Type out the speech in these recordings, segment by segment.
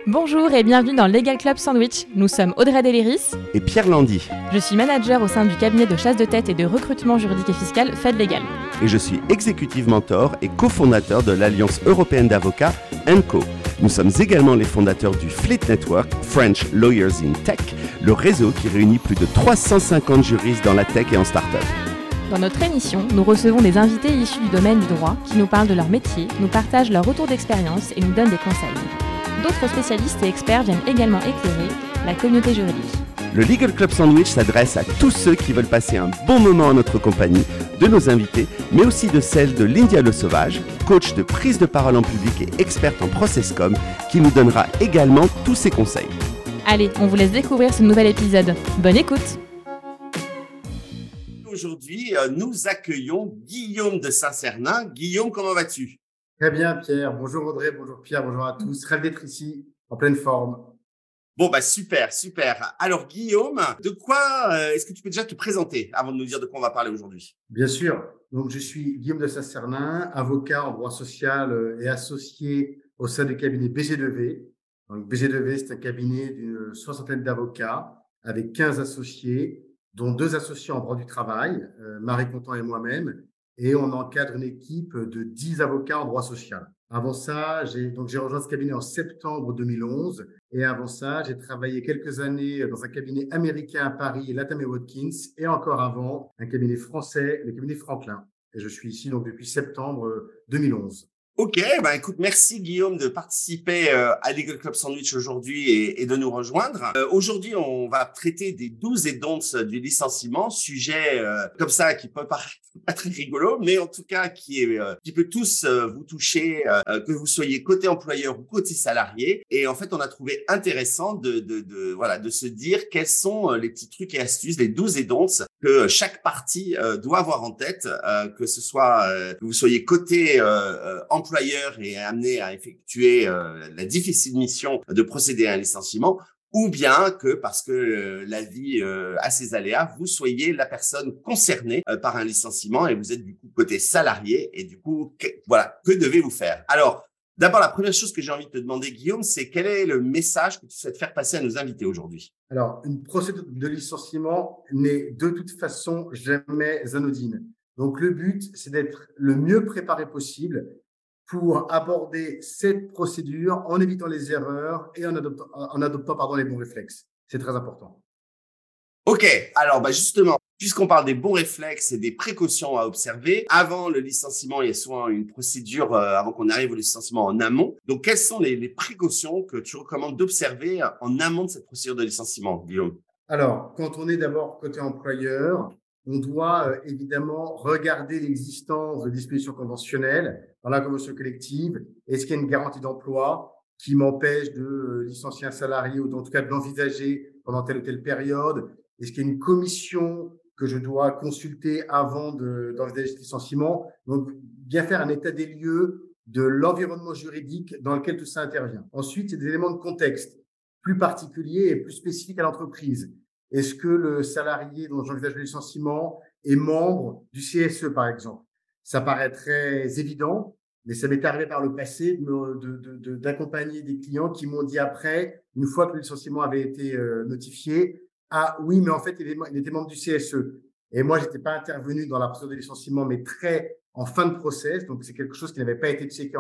Bonjour et bienvenue dans Legal Club Sandwich. Nous sommes Audrey Deléris et Pierre Landy. Je suis manager au sein du cabinet de chasse de tête et de recrutement juridique et fiscal Fed Legal. Et je suis executive mentor et cofondateur de l'Alliance européenne d'avocats ENCO. Nous sommes également les fondateurs du Fleet Network, French Lawyers in Tech, le réseau qui réunit plus de 350 juristes dans la tech et en start-up. Dans notre émission, nous recevons des invités issus du domaine du droit qui nous parlent de leur métier, nous partagent leur retour d'expérience et nous donnent des conseils. D'autres spécialistes et experts viennent également éclairer la communauté juridique. Le Legal Club Sandwich s'adresse à tous ceux qui veulent passer un bon moment en notre compagnie, de nos invités, mais aussi de celle de Lyndia Le Sauvage, coach de prise de parole en public et experte en processcom, qui nous donnera également tous ses conseils. Allez, on vous laisse découvrir ce nouvel épisode. Bonne écoute! Aujourd'hui, nous accueillons Guillaume de Saint-Cernin. Guillaume, comment vas-tu? Très bien, Pierre. Bonjour Audrey, bonjour Pierre, bonjour à tous. Ravi d'être ici, en pleine forme. Bon, super. Alors Guillaume, de quoi est-ce que tu peux déjà te présenter avant de nous dire de quoi on va parler aujourd'hui? Bien sûr. Donc, je suis Guillaume de Saint-Cernin, avocat en droit social et associé au sein du cabinet BG2V. Donc, BG2V, c'est un cabinet d'une soixantaine d'avocats avec 15 associés, dont 2 associés en droit du travail, Marie Contant et moi-même. Et on encadre une équipe de 10 avocats en droit social. Avant ça, j'ai rejoint ce cabinet en septembre 2011. Et avant ça, j'ai travaillé quelques années dans un cabinet américain à Paris, Latham & Watkins, et encore avant, un cabinet français, le cabinet Franklin. Et je suis ici donc depuis septembre 2011. Ok, écoute, merci Guillaume de participer à Legal Club Sandwich aujourd'hui et de nous rejoindre. Aujourd'hui, on va traiter des do's et don'ts du licenciement, sujet comme ça qui peut paraître pas très rigolo, mais en tout cas qui peut tous vous toucher, que vous soyez côté employeur ou côté salarié. Et en fait, on a trouvé intéressant de se dire quels sont les petits trucs et astuces, les do's et don'ts que chaque partie doit avoir en tête, que ce soit que vous soyez côté employeur et amené à effectuer la difficile mission de procéder à un licenciement, ou bien que parce que la vie a ses aléas, vous soyez la personne concernée par un licenciement et vous êtes du coup côté salarié et du coup, que devez-vous faire? Alors, d'abord, la première chose que j'ai envie de te demander, Guillaume, c'est quel est le message que tu souhaites faire passer à nos invités aujourd'hui? Alors, une procédure de licenciement n'est de toute façon jamais anodine. Donc, le but, c'est d'être le mieux préparé possible pour aborder cette procédure en évitant les erreurs et en adoptant les bons réflexes. C'est très important. Ok, alors justement, puisqu'on parle des bons réflexes et des précautions à observer, avant le licenciement, il y a souvent une procédure avant qu'on arrive au licenciement en amont. Donc, quelles sont les précautions que tu recommandes d'observer en amont de cette procédure de licenciement, Guillaume? Alors, quand on est d'abord côté employeur, on doit évidemment regarder l'existence de dispositions conventionnelles dans la convention collective. Est-ce qu'il y a une garantie d'emploi qui m'empêche de licencier un salarié ou en tout cas de l'envisager pendant telle ou telle période? Est-ce qu'il y a une commission que je dois consulter avant d'envisager ce licenciement? Donc, bien faire un état des lieux de l'environnement juridique dans lequel tout ça intervient. Ensuite, il y a des éléments de contexte plus particuliers et plus spécifiques à l'entreprise. Est-ce que le salarié dont j'envisage le licenciement est membre du CSE, par exemple? Ça paraît très évident, mais ça m'est arrivé par le passé d'accompagner des clients qui m'ont dit après, une fois que le licenciement avait été notifié, ah oui, mais en fait, il était membre du CSE. Et moi, j'étais pas intervenu dans la procédure de licenciement, mais très en fin de process. Donc, c'est quelque chose qui n'avait pas été checké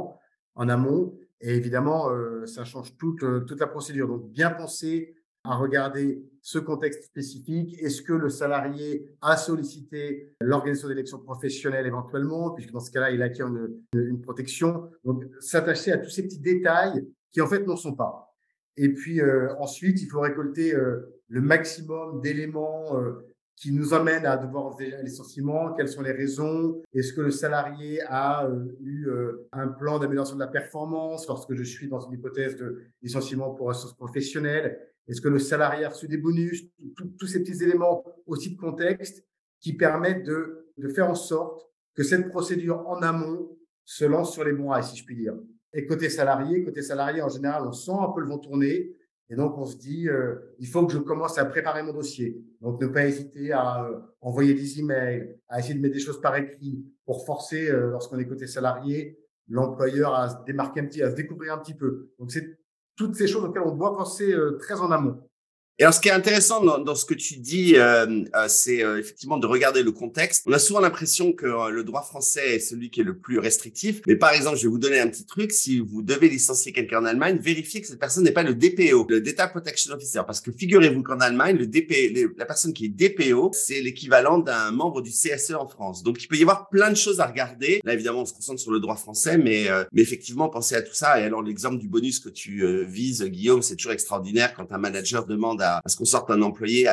en amont. Et évidemment, ça change toute la procédure. Donc, bien penser à regarder ce contexte spécifique. Est-ce que le salarié a sollicité l'organisation d'élections professionnelles éventuellement, puisque dans ce cas-là, il acquiert une protection. Donc, s'attacher à tous ces petits détails qui, en fait, n'en sont pas. Et puis, ensuite, il faut récolter le maximum d'éléments qui nous amènent à devoir envisager un licenciement. Quelles sont les raisons? Est-ce que le salarié a eu un plan d'amélioration de la performance lorsque je suis dans une hypothèse de licenciement pour assistance professionnelle? Est-ce que le salarié a reçu des bonus? Tous ces petits éléments aussi de contexte qui permettent de faire en sorte que cette procédure en amont se lance sur les bons rails, si je puis dire. Et côté salarié, en général, on sent un peu le vent tourner. Et donc, on se dit, il faut que je commence à préparer mon dossier. Donc, ne pas hésiter à envoyer des emails, à essayer de mettre des choses par écrit pour forcer, lorsqu'on est côté salarié, l'employeur à se démarquer à se découvrir un petit peu. Donc, c'est toutes ces choses auxquelles on doit penser très en amont. Et alors, ce qui est intéressant dans ce que tu dis, c'est effectivement de regarder le contexte. On a souvent l'impression que le droit français est celui qui est le plus restrictif. Mais par exemple, je vais vous donner un petit truc. Si vous devez licencier quelqu'un en Allemagne, vérifiez que cette personne n'est pas le DPO, le Data Protection Officer. Parce que figurez-vous qu'en Allemagne, la personne qui est DPO, c'est l'équivalent d'un membre du CSE en France. Donc, il peut y avoir plein de choses à regarder. Là, évidemment, on se concentre sur le droit français, mais effectivement, pensez à tout ça. Et alors, l'exemple du bonus que tu vises, Guillaume, c'est toujours extraordinaire quand un manager demande à ce qu'on sorte un employé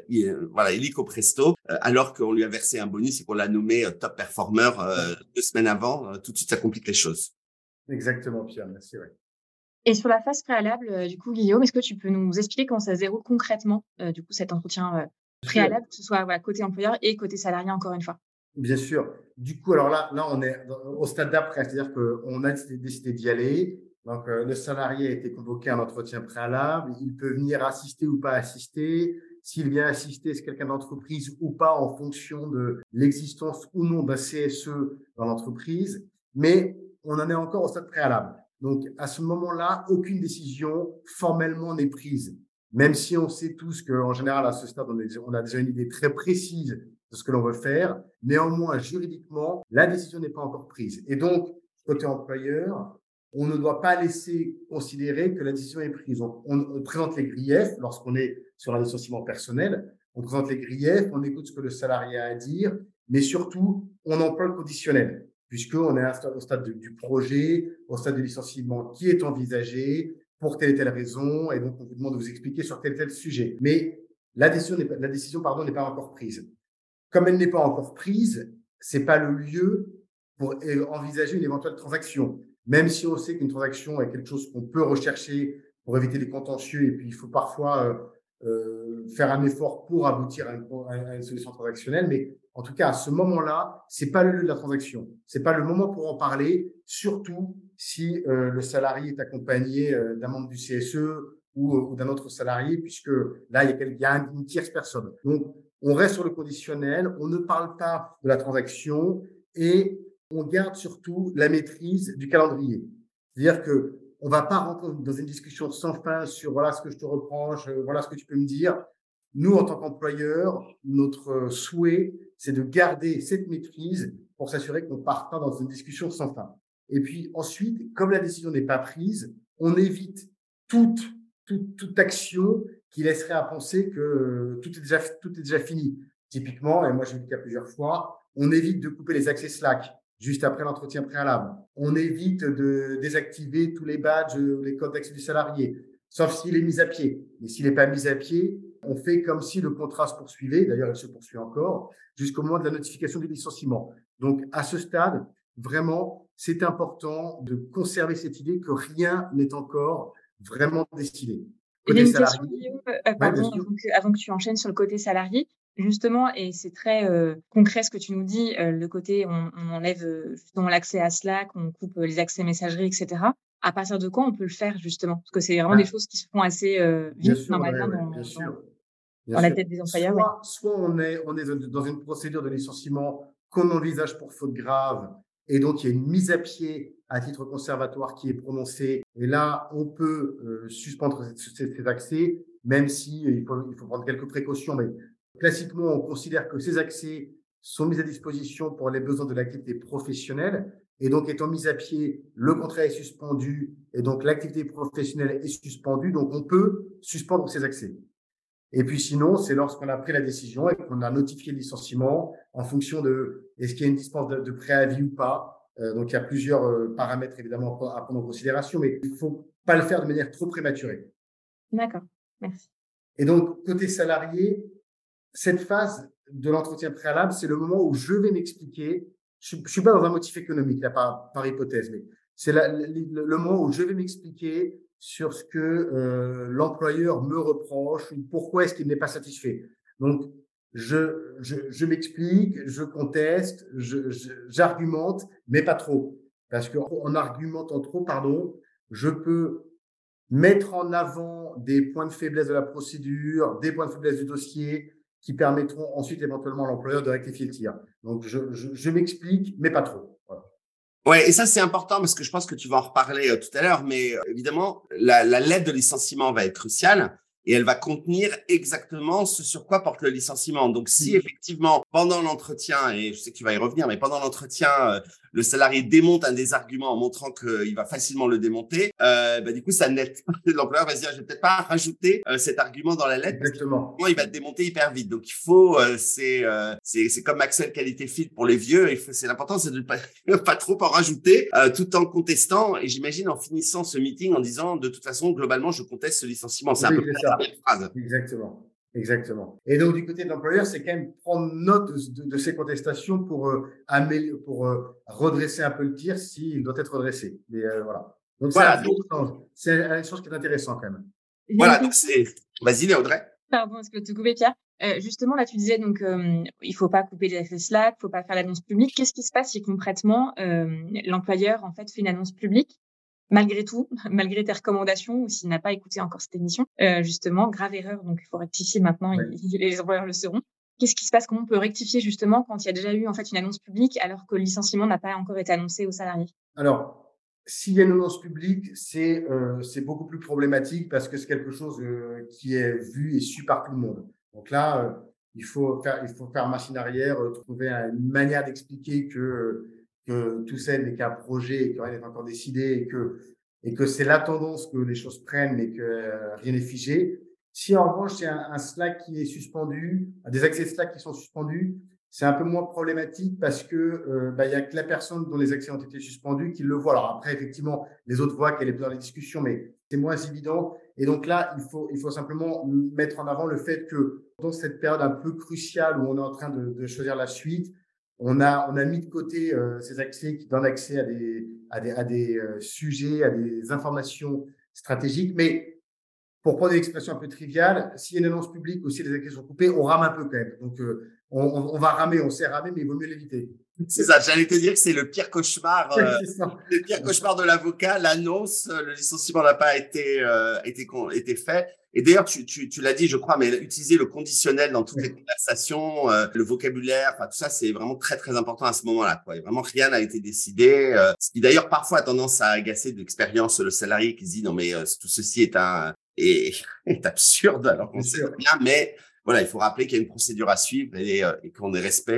illico presto, alors qu'on lui a versé un bonus et qu'on l'a nommé top performer 2 semaines avant. Tout de suite, ça complique les choses. Exactement, Pierre, merci. Ouais. Et sur la phase préalable, du coup, Guillaume, est-ce que tu peux nous expliquer comment ça se déroule concrètement, du coup, cet entretien préalable, que ce soit côté employeur et côté salarié, encore une fois? Bien sûr. Du coup, alors là, on est au stade d'après, c'est-à-dire qu'on a décidé d'y aller. Donc, le salarié a été convoqué à un entretien préalable. Il peut venir assister ou pas assister. S'il vient assister, c'est quelqu'un d'entreprise ou pas en fonction de l'existence ou non d'un CSE dans l'entreprise. Mais on en est encore au stade préalable. Donc, à ce moment-là, aucune décision formellement n'est prise. Même si on sait tous qu'en général, à ce stade, on a déjà une idée très précise de ce que l'on veut faire. Néanmoins, juridiquement, la décision n'est pas encore prise. Et donc, côté employeur, on ne doit pas laisser considérer que la décision est prise. On présente les griefs lorsqu'on est sur un licenciement personnel. On présente les griefs, on écoute ce que le salarié a à dire, mais surtout, on emploie le conditionnel, puisqu'on est au stade du projet, au stade du licenciement qui est envisagé pour telle et telle raison, et donc on vous demande de vous expliquer sur tel et tel sujet. Mais la décision n'est pas encore prise. Comme elle n'est pas encore prise, c'est pas le lieu pour envisager une éventuelle transaction. Même si on sait qu'une transaction est quelque chose qu'on peut rechercher pour éviter les contentieux, et puis il faut parfois faire un effort pour aboutir à une solution transactionnelle. Mais en tout cas, à ce moment-là, c'est pas le lieu de la transaction. C'est pas le moment pour en parler, surtout si le salarié est accompagné d'un membre du CSE ou d'un autre salarié, puisque là, il y a une tierce personne. Donc, on reste sur le conditionnel, on ne parle pas de la transaction et on garde surtout la maîtrise du calendrier. C'est-à-dire que on va pas rentrer dans une discussion sans fin sur voilà ce que je te reproche, voilà ce que tu peux me dire. Nous, en tant qu'employeur, notre souhait, c'est de garder cette maîtrise pour s'assurer qu'on ne parte pas dans une discussion sans fin. Et puis ensuite, comme la décision n'est pas prise, on évite toute action qui laisserait à penser que tout est déjà fini. Typiquement, et moi j'ai vu le cas plusieurs fois, on évite de couper les accès Slack juste après l'entretien préalable. On évite de désactiver tous les badges, les codes d'accès du salarié, sauf s'il est mis à pied. Mais s'il n'est pas mis à pied, on fait comme si le contrat se poursuivait, d'ailleurs il se poursuit encore, jusqu'au moment de la notification du licenciement. Donc à ce stade, vraiment, c'est important de conserver cette idée que rien n'est encore vraiment décidé. J'ai une question, Guillaume, pardon, avant que tu enchaînes sur le côté salarié. Justement, et c'est très concret ce que tu nous dis, le côté on enlève justement l'accès à Slack, on coupe les accès messagerie, etc. À partir de quand on peut le faire justement? Parce que c'est vraiment des choses qui se font assez vite normalement dans la tête des employeurs. Soit on est dans une procédure de licenciement qu'on envisage pour faute grave, et donc il y a une mise à pied à titre conservatoire qui est prononcée, et là on peut suspendre ces accès, même si il faut prendre quelques précautions, mais classiquement, on considère que ces accès sont mis à disposition pour les besoins de l'activité professionnelle. Et donc, étant mis à pied, le contrat est suspendu et donc l'activité professionnelle est suspendue. Donc, on peut suspendre ces accès. Et puis sinon, c'est lorsqu'on a pris la décision et qu'on a notifié le licenciement en fonction de est-ce qu'il y a une dispense de préavis ou pas. Donc, il y a plusieurs paramètres évidemment à prendre en considération, mais il ne faut pas le faire de manière trop prématurée. D'accord, merci. Et donc, côté salarié, cette phase de l'entretien préalable, c'est le moment où je vais m'expliquer. Je suis pas dans un motif économique, là, par hypothèse, mais c'est le moment où je vais m'expliquer sur ce que l'employeur me reproche ou pourquoi est-ce qu'il n'est pas satisfait. Donc, je m'explique, je conteste, j'argumente, mais pas trop. Parce qu'en argumentant trop, je peux mettre en avant des points de faiblesse de la procédure, des points de faiblesse du dossier, qui permettront ensuite éventuellement à l'employeur de rectifier le tir. Donc, je m'explique, mais pas trop. Voilà. Ouais, et ça c'est important parce que je pense que tu vas en reparler tout à l'heure, mais évidemment la lettre de licenciement va être cruciale et elle va contenir exactement ce sur quoi porte le licenciement. Donc si Oui, effectivement pendant l'entretien, et je sais que tu vas y revenir, mais pendant l'entretien le salarié démonte un des arguments en montrant qu'il va facilement le démonter, bah, du coup ça n'aide pas. L'employeur va se dire je vais peut-être pas rajouter cet argument dans la lettre parce qu'il exactement. il va te démonter hyper vite. Donc il faut c'est comme Maxwell qualité fit pour les vieux. C'est l'important, c'est de pas trop en rajouter, tout en contestant. Et j'imagine en finissant ce meeting en disant de toute façon globalement je conteste ce licenciement. C'est à Oui, peu c'est près la ça. même phrase. Exactement. Exactement. Et donc, du côté de l'employeur, c'est quand même prendre note de ces contestations pour, pour redresser un peu le tir s'il doit être redressé. Mais voilà. Donc, c'est un Voilà, faux donc échange. C'est un échange qui est intéressant quand même. J'ai une voilà, donc question. c'est. Vas-y, Léa Audrey. Pardon, est-ce que te couper, Pierre? Justement, là, tu disais donc il faut pas couper les accès Slack, faut pas faire l'annonce publique. Qu'est-ce qui se passe si concrètement l'employeur en fait fait une annonce publique malgré tout, malgré tes recommandations ou s'il n'a pas écouté encore cette émission, justement, grave erreur, donc il faut rectifier maintenant. Ouais. Les employeurs le sauront. Qu'est-ce qui se passe? Comment on peut rectifier justement quand il y a déjà eu en fait une annonce publique alors que le licenciement n'a pas encore été annoncé aux salariés? Alors, s'il y a une annonce publique, c'est beaucoup plus problématique parce que c'est quelque chose qui est vu et su par tout le monde. Donc là, il faut faire machine arrière, trouver une manière d'expliquer que tout ça n'est qu'un projet et que rien n'est encore décidé et que c'est la tendance que les choses prennent mais que rien n'est figé. Si en revanche, c'est un Slack qui est suspendu, des accès Slack qui sont suspendus, c'est un peu moins problématique parce que il y a que la personne dont les accès ont été suspendus qui le voit. Alors après, effectivement, les autres voient qu'elle est dans les discussions, mais c'est moins évident. Et donc là, il faut simplement mettre en avant le fait que dans cette période un peu cruciale où on est en train de choisir la suite, on a mis de côté ces accès qui donnent accès à des sujets, à des informations stratégiques. Mais pour prendre une expression un peu triviale, s'il y a une annonce publique ou si les accès sont coupés, on rame un peu quand même. Donc, on va ramer, on sait ramer, mais il vaut mieux l'éviter. C'est ça. J'allais te dire que c'est le pire cauchemar. C'est ça. Le pire cauchemar de l'avocat, l'annonce, le licenciement n'a pas été fait. Et d'ailleurs, tu l'as dit, je crois, mais utiliser le conditionnel dans toutes les conversations, le vocabulaire, enfin tout ça, c'est vraiment très très important à ce moment-là, quoi. Et vraiment, rien n'a été décidé. Ce qui d'ailleurs parfois a tendance à agacer de l'expérience le salarié qui se dit non mais tout ceci est absurde alors qu'on Bien sait sûr. très bien, mais voilà, il faut rappeler qu'il y a une procédure à suivre et qu'on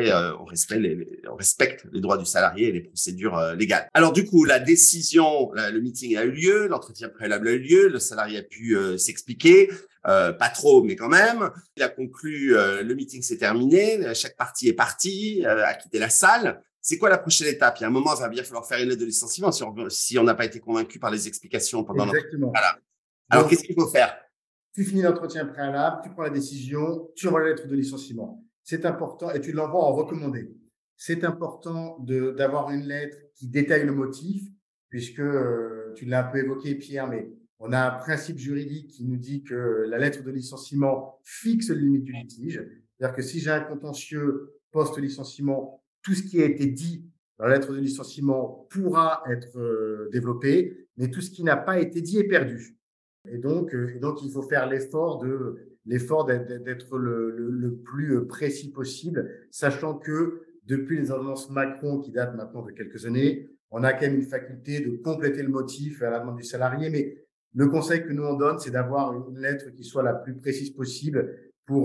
on respecte les droits du salarié et les procédures légales. Alors du coup, la décision, le meeting a eu lieu, l'entretien préalable a eu lieu, le salarié a pu s'expliquer, pas trop, mais quand même. Il a conclu, le meeting s'est terminé, chaque partie est partie, a quitté la salle. C'est quoi la prochaine étape? Il y a un moment, il va bien falloir faire une lettre de licenciement si on n'a pas été convaincu par les explications pendant l'entretien. Exactement. Voilà. Alors, Donc, qu'est-ce qu'il faut faire? tu finis l'entretien préalable, tu prends la décision, tu envoies la lettre de licenciement. C'est important et tu l'envoies en recommandé. C'est important d'avoir une lettre qui détaille le motif, puisque tu l'as un peu évoqué, Pierre, mais on a un principe juridique qui nous dit que la lettre de licenciement fixe les limites du litige. C'est-à-dire que si j'ai un contentieux post-licenciement, tout ce qui a été dit dans la lettre de licenciement pourra être développé, mais tout ce qui n'a pas été dit est perdu. Et donc, il faut faire l'effort d'être le plus précis possible, sachant que depuis les ordonnances Macron qui datent maintenant de quelques années, on a quand même une faculté de compléter le motif à la demande du salarié. Mais le conseil que nous on donne, c'est d'avoir une lettre qui soit la plus précise possible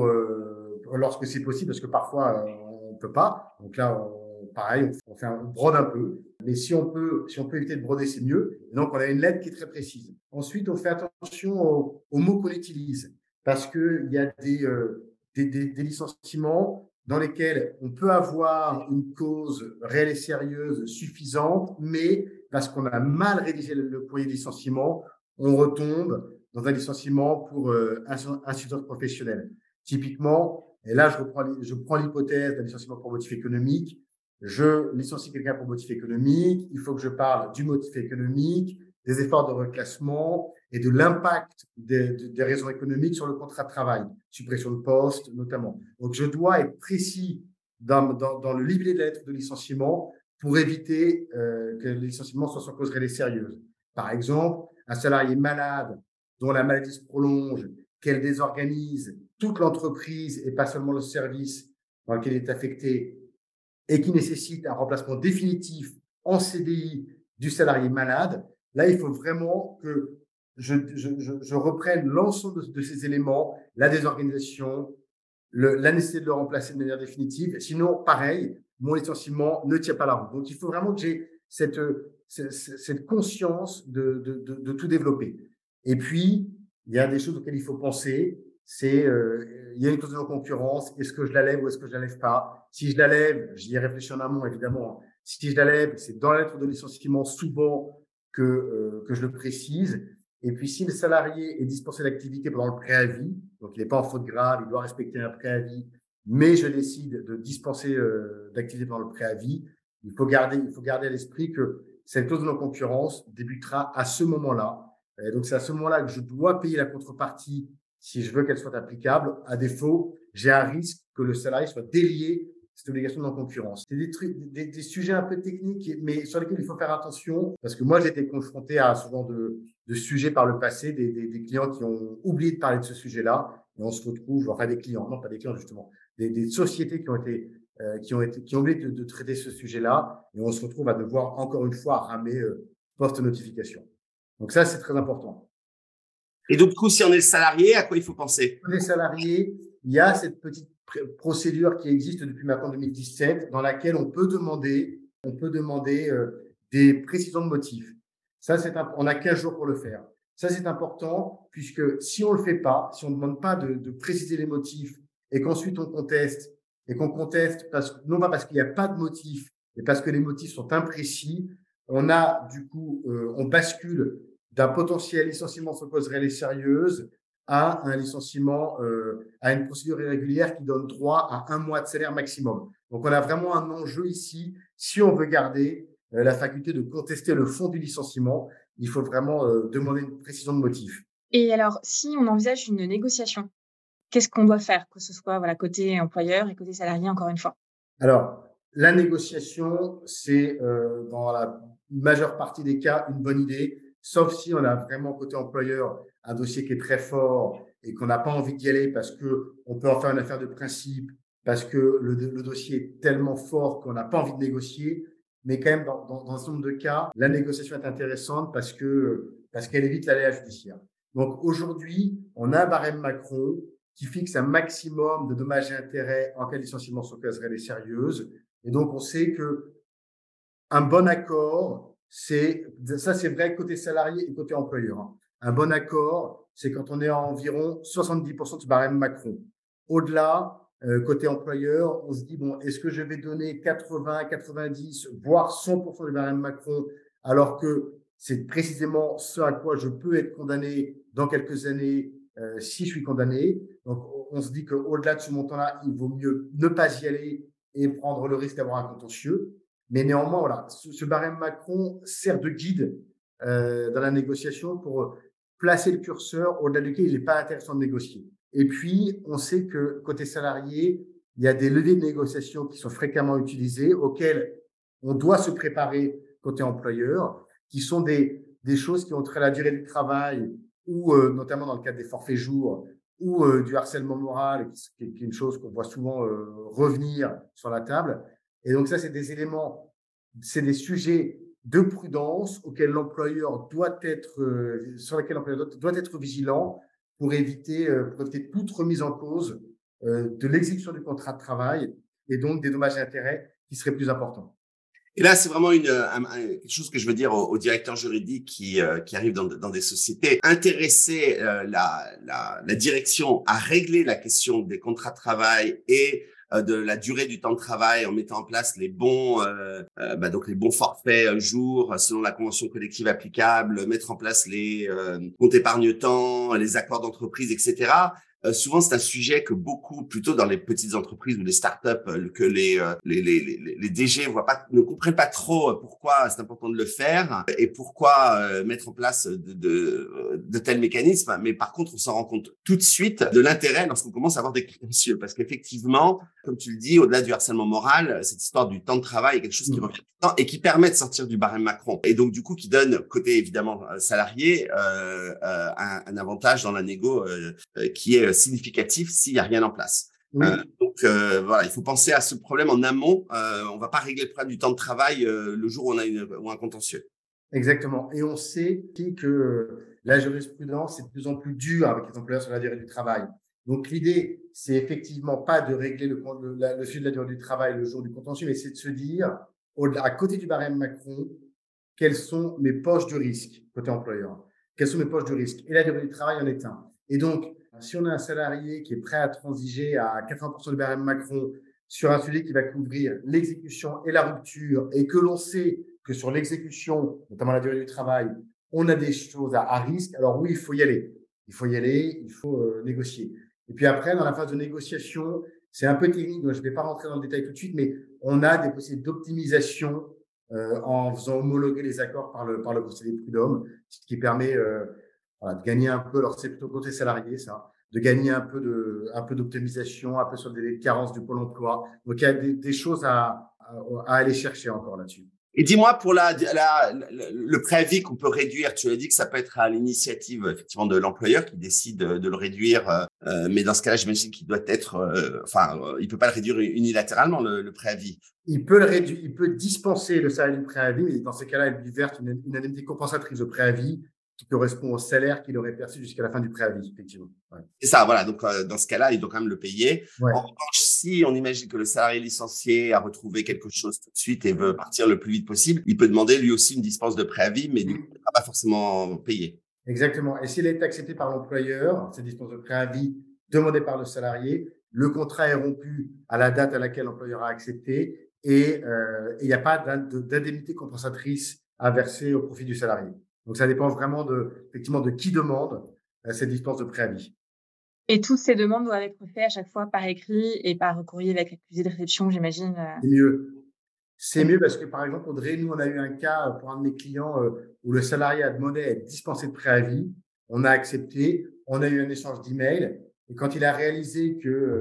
pour lorsque c'est possible, parce que parfois on peut pas. Donc là, pareil, on brode un peu. Mais si on peut éviter de broder, c'est mieux. Et donc, on a une lettre qui est très précise. Ensuite, on fait attention aux mots qu'on utilise parce qu'il y a des licenciements dans lesquels on peut avoir une cause réelle et sérieuse suffisante, mais parce qu'on a mal rédigé le courrier de licenciement, on retombe dans un licenciement pour insuffisance professionnelle. Typiquement, et là, je prends l'hypothèse d'un licenciement pour motif économique. Je licencie quelqu'un pour motif économique, il faut que je parle du motif économique, des efforts de reclassement et de l'impact des raisons économiques sur le contrat de travail, suppression de poste notamment. Donc, je dois être précis dans le libellé de la lettre de licenciement pour éviter que le licenciement soit sans cause réelle et sérieuse. Par exemple, un salarié malade dont la maladie se prolonge, qu'elle désorganise toute l'entreprise et pas seulement le service dans lequel il est affecté, et qui nécessite un remplacement définitif en CDI du salarié malade, là, il faut vraiment que je reprenne l'ensemble de ces éléments, la désorganisation, la nécessité de le remplacer de manière définitive. Sinon, pareil, mon licenciement ne tient pas la route. Donc, il faut vraiment que j'ai cette conscience de tout développer. Et puis, il y a des choses auxquelles il faut penser. Il y a une clause de non-concurrence. Est-ce que je la lève ou est-ce que je la lève pas? Si je la lève, j'y ai réfléchi en amont, évidemment. Si je la lève, c'est dans la lettre de licenciement souvent que je le précise. Et puis, si le salarié est dispensé d'activité pendant le préavis, donc il n'est pas en faute grave, il doit respecter un préavis, mais je décide de dispenser d'activité pendant le préavis, il faut garder à l'esprit que cette clause de non-concurrence débutera à ce moment-là. Et donc, c'est à ce moment-là que je dois payer la contrepartie si je veux qu'elle soit applicable. À défaut, j'ai un risque que le salarié soit délié cette obligation de non-concurrence. C'est des sujets un peu techniques, mais sur lesquels il faut faire attention, parce que moi, j'ai été confronté à souvent de sujets par le passé, des clients qui ont oublié de parler de ce sujet-là, et on se retrouve, enfin des clients, non pas des clients justement, des sociétés qui ont oublié de traiter ce sujet-là, et on se retrouve à devoir encore une fois ramer post-notification. Donc ça, c'est très important. Et donc, du coup, si on est le salarié, à quoi il faut penser? Les salariés, il y a cette petite procédure qui existe depuis maintenant 2017, dans laquelle on peut demander des précisions de motifs. Ça, on a 15 jours pour le faire. Ça, c'est important, puisque si on le fait pas, si on ne demande pas de préciser les motifs et qu'ensuite on conteste, non pas parce qu'il n'y a pas de motifs, mais parce que les motifs sont imprécis, on bascule d'un potentiel licenciement sans cause réelle et sérieuse à un licenciement, à une procédure irrégulière qui donne droit à 1 mois de salaire maximum. Donc, on a vraiment un enjeu ici. Si on veut garder la faculté de contester le fond du licenciement, il faut vraiment demander une précision de motif. Et alors, si on envisage une négociation, qu'est-ce qu'on doit faire, que ce soit côté employeur et côté salarié, encore une fois? Alors, la négociation, c'est dans la majeure partie des cas une bonne idée, sauf si on a vraiment côté employeur un dossier qui est très fort et qu'on n'a pas envie d'y aller parce qu'on peut en faire une affaire de principe, parce que le dossier est tellement fort qu'on n'a pas envie de négocier. Mais quand même, dans un certain nombre de cas, la négociation est intéressante parce qu'elle évite l'aléa judiciaire. Donc aujourd'hui, on a un barème Macron qui fixe un maximum de dommages et intérêts en cas de licenciement sans cause réelle et sérieuse. Et donc, on sait que un bon accord, c'est vrai côté salarié et côté employeur. Un bon accord, c'est quand on est à environ 70% de ce barème Macron. Au-delà, côté employeur, on se dit, bon, est-ce que je vais donner 80, 90, voire 100% du barème Macron, alors que c'est précisément ce à quoi je peux être condamné dans quelques années si je suis condamné. Donc, on se dit qu'au-delà de ce montant-là, il vaut mieux ne pas y aller et prendre le risque d'avoir un contentieux. Mais néanmoins, voilà, ce barème Macron sert de guide dans la négociation pour placer le curseur au-delà duquel il n'est pas intéressant de négocier. Et puis, on sait que côté salarié, il y a des leviers de négociation qui sont fréquemment utilisés, auxquels on doit se préparer côté employeur, qui sont des choses qui ont trait à la durée du travail ou notamment dans le cadre des forfaits jours ou du harcèlement moral, qui est une chose qu'on voit souvent revenir sur la table. Et donc ça, c'est des éléments, c'est des sujets de prudence auxquels l'employeur sur lesquels l'employeur doit être vigilant pour éviter toute remise en cause de l'exécution du contrat de travail et donc des dommages et intérêts qui seraient plus importants. Et là, c'est vraiment quelque chose que je veux dire aux directeurs juridiques qui arrivent dans des sociétés. Intéresser la direction à régler la question des contrats de travail et de la durée du temps de travail en mettant en place les bons forfaits jours selon la convention collective applicable, mettre en place les comptes épargne-temps, les accords d'entreprise, etc. Souvent, c'est un sujet que beaucoup, plutôt dans les petites entreprises ou les startups, que les DG ne comprennent pas trop pourquoi c'est important de le faire et pourquoi mettre en place de tels mécanismes. Mais par contre, on s'en rend compte tout de suite de l'intérêt lorsqu'on commence à avoir des contentieux. Parce qu'effectivement, comme tu le dis, au-delà du harcèlement moral, cette histoire du temps de travail est quelque chose qui revient tout le temps et qui permet de sortir du barème Macron. Et donc, du coup, qui donne, côté évidemment salarié, un avantage dans la négo qui est significatif s'il n'y a rien en place. Oui. Donc, voilà, il faut penser à ce problème en amont. On va pas régler le problème du temps de travail le jour où on a un contentieux. Exactement. Et on sait aussi que la jurisprudence est de plus en plus dure avec les employeurs sur la durée du travail. Donc, l'idée, c'est effectivement pas de régler le sujet de la durée du travail le jour du contentieux, mais c'est de se dire, à côté du barème Macron, quelles sont mes poches de risque côté employeur? Quelles sont mes poches de risque? Et la durée du travail en est un. Et donc, si on a un salarié qui est prêt à transiger à 80% du barème Macron sur un sujet qui va couvrir l'exécution et la rupture, et que l'on sait que sur l'exécution, notamment la durée du travail, on a des choses à risque, alors oui, il faut y aller. Il faut y aller, il faut négocier. Et puis après, dans la phase de négociation, c'est un peu technique, donc je ne vais pas rentrer dans le détail tout de suite, mais on a des possibilités d'optimisation en faisant homologuer les accords par le Conseil des prud'hommes, ce qui permet de gagner un peu, alors c'est plutôt côté salarié ça, de gagner un peu d'optimisation, un peu sur le délai de carence du Pôle emploi. Donc il y a des choses à aller chercher encore là-dessus. Et dis-moi, pour le préavis qu'on peut réduire, tu as dit que ça peut être à l'initiative effectivement de l'employeur qui décide de le réduire, mais dans ce cas-là, j'imagine qu'il doit être, il peut pas le réduire unilatéralement le préavis. Il peut le réduire, il peut dispenser le salaire du préavis, mais dans ces cas-là, il lui verse une indemnité compensatrice de préavis qui correspond au salaire qu'il aurait perçu jusqu'à la fin du préavis, effectivement. Ouais. C'est ça, voilà. Donc, dans ce cas-là, il doit quand même le payer. Ouais. En revanche, si on imagine que le salarié licencié a retrouvé quelque chose tout de suite et veut partir le plus vite possible, il peut demander lui aussi une dispense de préavis, mais du coup, il ne sera pas forcément payé. Exactement. Et s'il est accepté par l'employeur, cette dispense de préavis demandée par le salarié, le contrat est rompu à la date à laquelle l'employeur a accepté et il n'y a pas d'indemnité compensatrice à verser au profit du salarié. Donc, ça dépend vraiment effectivement de qui demande cette dispense de préavis. Et toutes ces demandes doivent être faites à chaque fois par écrit et par courrier avec accusé de réception, j'imagine. C'est mieux. C'est mieux parce que, par exemple, Audrey, nous, on a eu un cas pour un de mes clients où le salarié a demandé à être dispensé de préavis. On a accepté. On a eu un échange d'emails. Et quand il a réalisé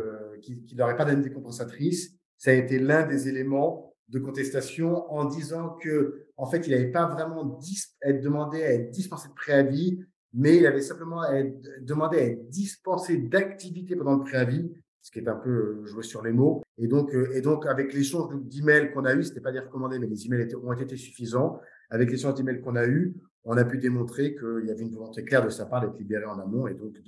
qu'il n'aurait pas d'indemnité compensatrice, ça a été l'un des éléments de contestation en disant que, en fait, il n'avait pas vraiment demandé à être dispensé de préavis, mais il avait simplement demandé à être dispensé d'activité pendant le préavis, ce qui est un peu joué sur les mots. Et donc avec l'échange d'emails qu'on a eu, c'était pas des recommandés, mais les emails ont été suffisants. Avec l'échange d'emails qu'on a eu, on a pu démontrer qu'il y avait une volonté claire de sa part d'être libéré en amont. Et donc,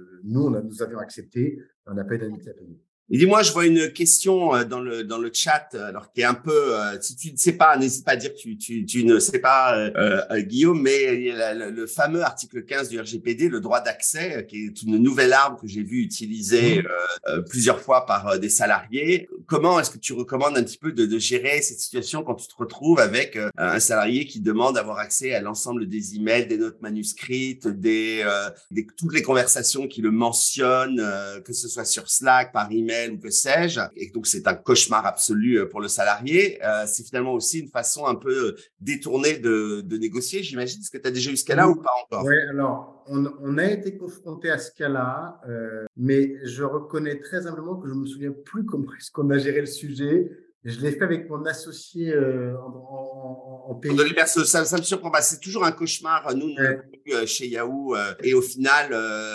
nous avions accepté, on n'a pas d'indemnité à payer. Et dis-moi, je vois une question dans le chat, alors qui est un peu, si tu ne sais pas, n'hésite pas à dire que tu ne sais pas, Guillaume, mais il y a le fameux article 15 du RGPD, le droit d'accès, qui est une nouvelle arme que j'ai vu utilisée plusieurs fois par des salariés. Comment est-ce que tu recommandes un petit peu de gérer cette situation quand tu te retrouves avec un salarié qui demande d'avoir accès à l'ensemble des emails, des notes manuscrites, toutes les conversations qui le mentionnent, que ce soit sur Slack, par email, ou que sais-je, et donc c'est un cauchemar absolu pour le salarié. C'est finalement aussi une façon un peu détournée de négocier, j'imagine. Est-ce que tu as déjà eu ce cas-là ou pas encore? Oui, alors on a été confronté à ce cas-là, mais je reconnais très humblement que je me souviens plus comment est-ce qu'on a géré le sujet. Je l'ai fait avec mon associé en pays. Ça me surprend pas. C'est toujours un cauchemar. Nous, chez Yahoo, et au final,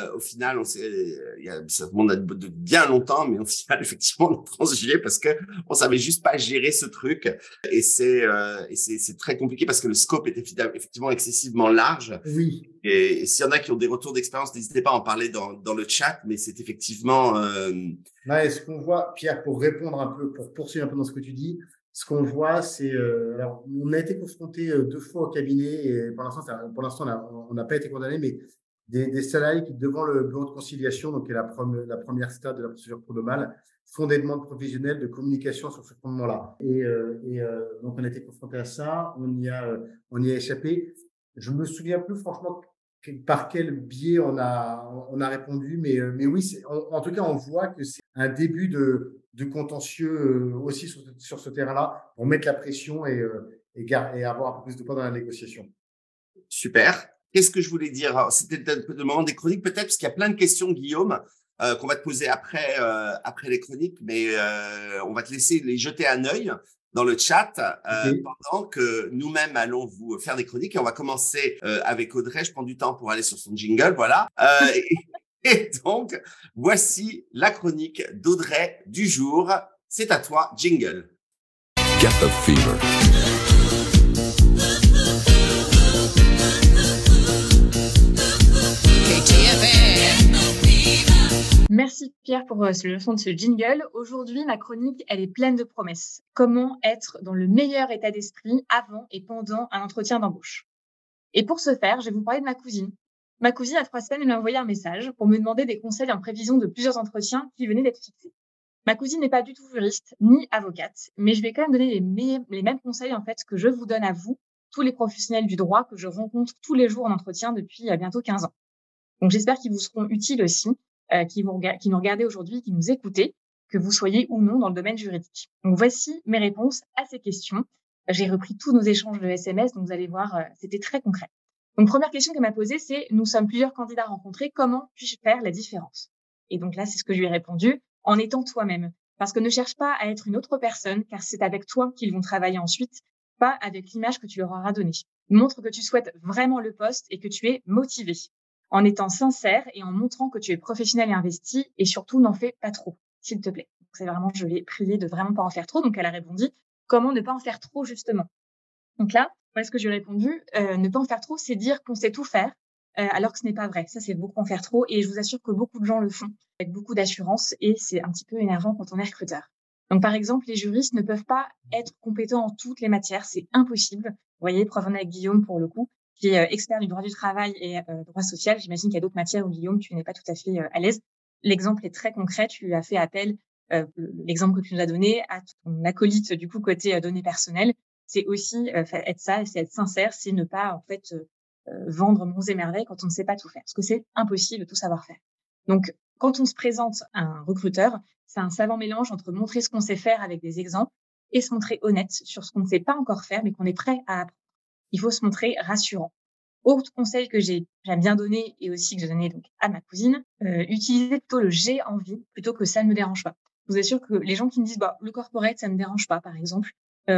ça demande de bien longtemps, mais au final, effectivement, on a transigé parce que on savait juste pas gérer ce truc. Et c'est très compliqué parce que le scope est effectivement excessivement large. Oui. Et s'il y en a qui ont des retours d'expérience, n'hésitez pas à en parler dans le chat, mais c'est effectivement. Là, ce qu'on voit, Pierre, pour répondre un peu, pour poursuivre un peu dans ce que tu dis, ce qu'on voit, c'est, alors, on a été confronté 2 fois au cabinet et pour l'instant, on n'a pas été condamné, mais des salariés qui, devant le bureau de conciliation, donc qui est la première stade de la procédure prud'homale, font des demandes provisionnelles de communication sur ce fondement-là. Et donc, on a été confronté à ça, on y a échappé. Je me souviens plus, franchement, par quel biais on a répondu, mais oui, en tout cas, on voit que c'est un début de contentieux aussi sur ce terrain-là pour mettre la pression et avoir un peu plus de poids dans la négociation. Super. Qu'est-ce que je voulais dire? Alors, c'était le moment des chroniques peut-être, parce qu'il y a plein de questions, Guillaume, qu'on va te poser après les chroniques, mais on va te laisser les jeter un œil dans le chat pendant que nous-mêmes allons vous faire des chroniques. Et on va commencer avec Audrey. Je prends du temps pour aller sur son jingle, voilà. Et donc, voici la chronique d'Audrey du jour. C'est à toi, jingle. Get the fever. Merci Pierre pour le son de ce jingle. Aujourd'hui, ma chronique, elle est pleine de promesses. Comment être dans le meilleur état d'esprit avant et pendant un entretien d'embauche. Et pour ce faire, je vais vous parler de ma cousine. Ma cousine, à 3 semaines, elle m'a envoyé un message pour me demander des conseils en prévision de plusieurs entretiens qui venaient d'être fixés. Ma cousine n'est pas du tout juriste ni avocate, mais je vais quand même donner les mêmes conseils en fait que je vous donne à vous, tous les professionnels du droit que je rencontre tous les jours en entretien depuis bientôt 15 ans. Donc j'espère qu'ils vous seront utiles aussi, qui nous regardez aujourd'hui, qui nous écoutez, que vous soyez ou non dans le domaine juridique. Donc voici mes réponses à ces questions. J'ai repris tous nos échanges de SMS, donc vous allez voir, c'était très concret. Donc première question qu'elle m'a posée, c'est « Nous sommes plusieurs candidats rencontrés, comment puis-je faire la différence ?» Et donc là, c'est ce que je lui ai répondu, en étant toi-même. Parce que ne cherche pas à être une autre personne, car c'est avec toi qu'ils vont travailler ensuite, pas avec l'image que tu leur auras donnée. Montre que tu souhaites vraiment le poste et que tu es motivé, en étant sincère et en montrant que tu es professionnel et investi, et surtout n'en fais pas trop, s'il te plaît. Donc c'est vraiment, je l'ai prié de vraiment pas en faire trop. Donc elle a répondu, comment ne pas en faire trop justement. Donc là, voilà ce que je lui ai répondu, ne pas en faire trop, c'est dire qu'on sait tout faire, alors que ce n'est pas vrai. Ça, c'est beaucoup en faire trop, et je vous assure que beaucoup de gens le font avec beaucoup d'assurance, et c'est un petit peu énervant quand on est recruteur. Donc par exemple, les juristes ne peuvent pas être compétents en toutes les matières, c'est impossible. Vous voyez, preuve en est avec Guillaume pour le coup, qui est expert du droit du travail et droit social. J'imagine qu'il y a d'autres matières où Guillaume, tu n'es pas tout à fait à l'aise. L'exemple est très concret, tu as fait appel, l'exemple que tu nous as donné, à ton acolyte du coup côté données personnelles. C'est aussi être ça, c'est être sincère, c'est ne pas en fait vendre monts et merveilles quand on ne sait pas tout faire, parce que c'est impossible de tout savoir faire. Donc, quand on se présente à un recruteur, c'est un savant mélange entre montrer ce qu'on sait faire avec des exemples et se montrer honnête sur ce qu'on ne sait pas encore faire, mais qu'on est prêt à apprendre. Il faut se montrer rassurant. Autre conseil que j'aime bien donner et aussi que j'ai donné donc à ma cousine, utiliser plutôt le j'ai envie plutôt que ça ne me dérange pas. Je vous assure que les gens qui me disent le corporate ça me dérange pas par exemple,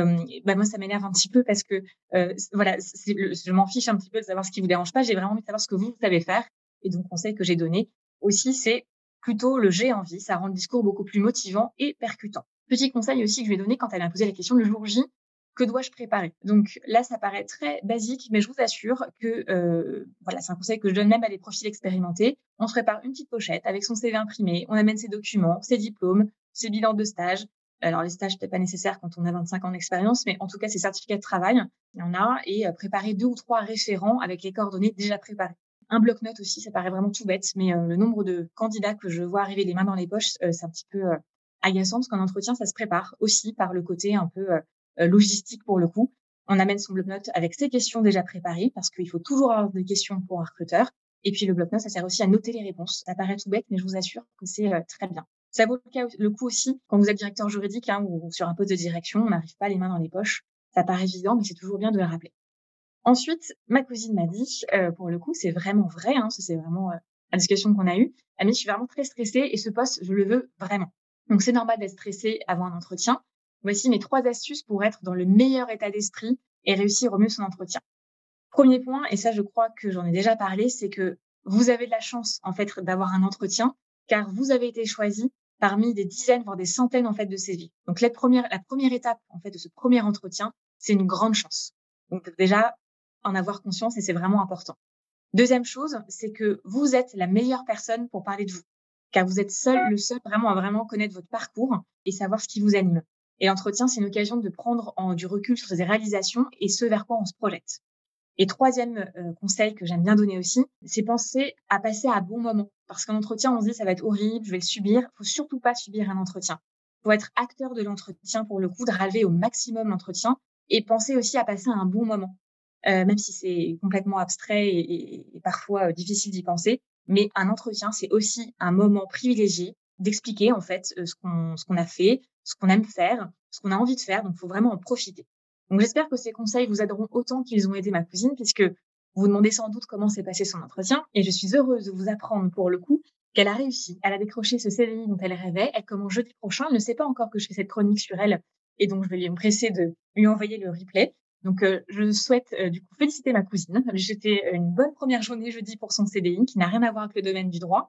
moi ça m'énerve un petit peu parce que voilà, je m'en fiche un petit peu de savoir ce qui vous dérange pas, j'ai vraiment envie de savoir ce que vous savez faire. Et donc conseil que j'ai donné aussi, c'est plutôt le j'ai envie, ça rend le discours beaucoup plus motivant et percutant. Petit conseil aussi que je lui ai donné quand elle m'a posé la question le jour J, que dois-je préparer? Donc là, ça paraît très basique, mais je vous assure que voilà, c'est un conseil que je donne même à des profils expérimentés. On se prépare une petite pochette avec son CV imprimé, on amène ses documents, ses diplômes, ses bilans de stage. Alors les stages, peut-être pas nécessaires quand on a 25 ans d'expérience, mais en tout cas, ses certificats de travail, il y en a, et préparer 2 ou 3 référents avec les coordonnées déjà préparées. Un bloc-notes aussi, ça paraît vraiment tout bête, mais le nombre de candidats que je vois arriver les mains dans les poches, c'est un petit peu agaçant, parce qu'en entretien, ça se prépare aussi par le côté un peu logistique pour le coup. On amène son bloc-notes avec ses questions déjà préparées, parce qu'il faut toujours avoir des questions pour un recruteur. Et puis le bloc-notes, ça sert aussi à noter les réponses. Ça paraît tout bête, mais je vous assure que c'est très bien. Ça vaut le coup aussi quand vous êtes directeur juridique ou sur un poste de direction, on n'arrive pas les mains dans les poches. Ça paraît évident, mais c'est toujours bien de le rappeler. Ensuite, ma cousine m'a dit, pour le coup, c'est vraiment vrai, ça c'est vraiment la discussion qu'on a eue. Elle m'a dit, je suis vraiment très stressée et ce poste, je le veux vraiment. Donc c'est normal d'être stressée avant un entretien. Voici mes 3 astuces pour être dans le meilleur état d'esprit et réussir au mieux son entretien. Premier point, et ça je crois que j'en ai déjà parlé, c'est que vous avez de la chance en fait d'avoir un entretien, car vous avez été choisi parmi des dizaines, voire des centaines en fait de CV. Donc la première étape en fait de ce premier entretien, c'est une grande chance. Donc déjà en avoir conscience et c'est vraiment important. Deuxième chose, c'est que vous êtes la meilleure personne pour parler de vous, car vous êtes le seul vraiment à vraiment connaître votre parcours et savoir ce qui vous anime. Et l'entretien, c'est une occasion de prendre du recul sur ses réalisations et ce vers quoi on se projette. Et troisième conseil que j'aime bien donner aussi, c'est penser à passer à bon moment. Parce qu'un entretien, on se dit ça va être horrible, je vais le subir. Il faut surtout pas subir un entretien. Il faut être acteur de l'entretien pour le coup, de relever au maximum l'entretien et penser aussi à passer un bon moment. Même si c'est complètement abstrait et parfois difficile d'y penser. Mais un entretien, c'est aussi un moment privilégié d'expliquer en fait ce qu'on a fait, ce qu'on aime faire, ce qu'on a envie de faire. Donc, il faut vraiment en profiter. Donc, j'espère que ces conseils vous aideront autant qu'ils ont aidé ma cousine, puisque vous vous demandez sans doute comment s'est passé son entretien. Et je suis heureuse de vous apprendre pour le coup qu'elle a réussi. Elle a décroché ce CDI dont elle rêvait. Elle commence jeudi prochain. Elle ne sait pas encore que je fais cette chronique sur elle. Et donc, je vais me presser de lui envoyer le replay. Donc, je souhaite du coup féliciter ma cousine. C'était une bonne première journée jeudi pour son CDI, qui n'a rien à voir avec le domaine du droit.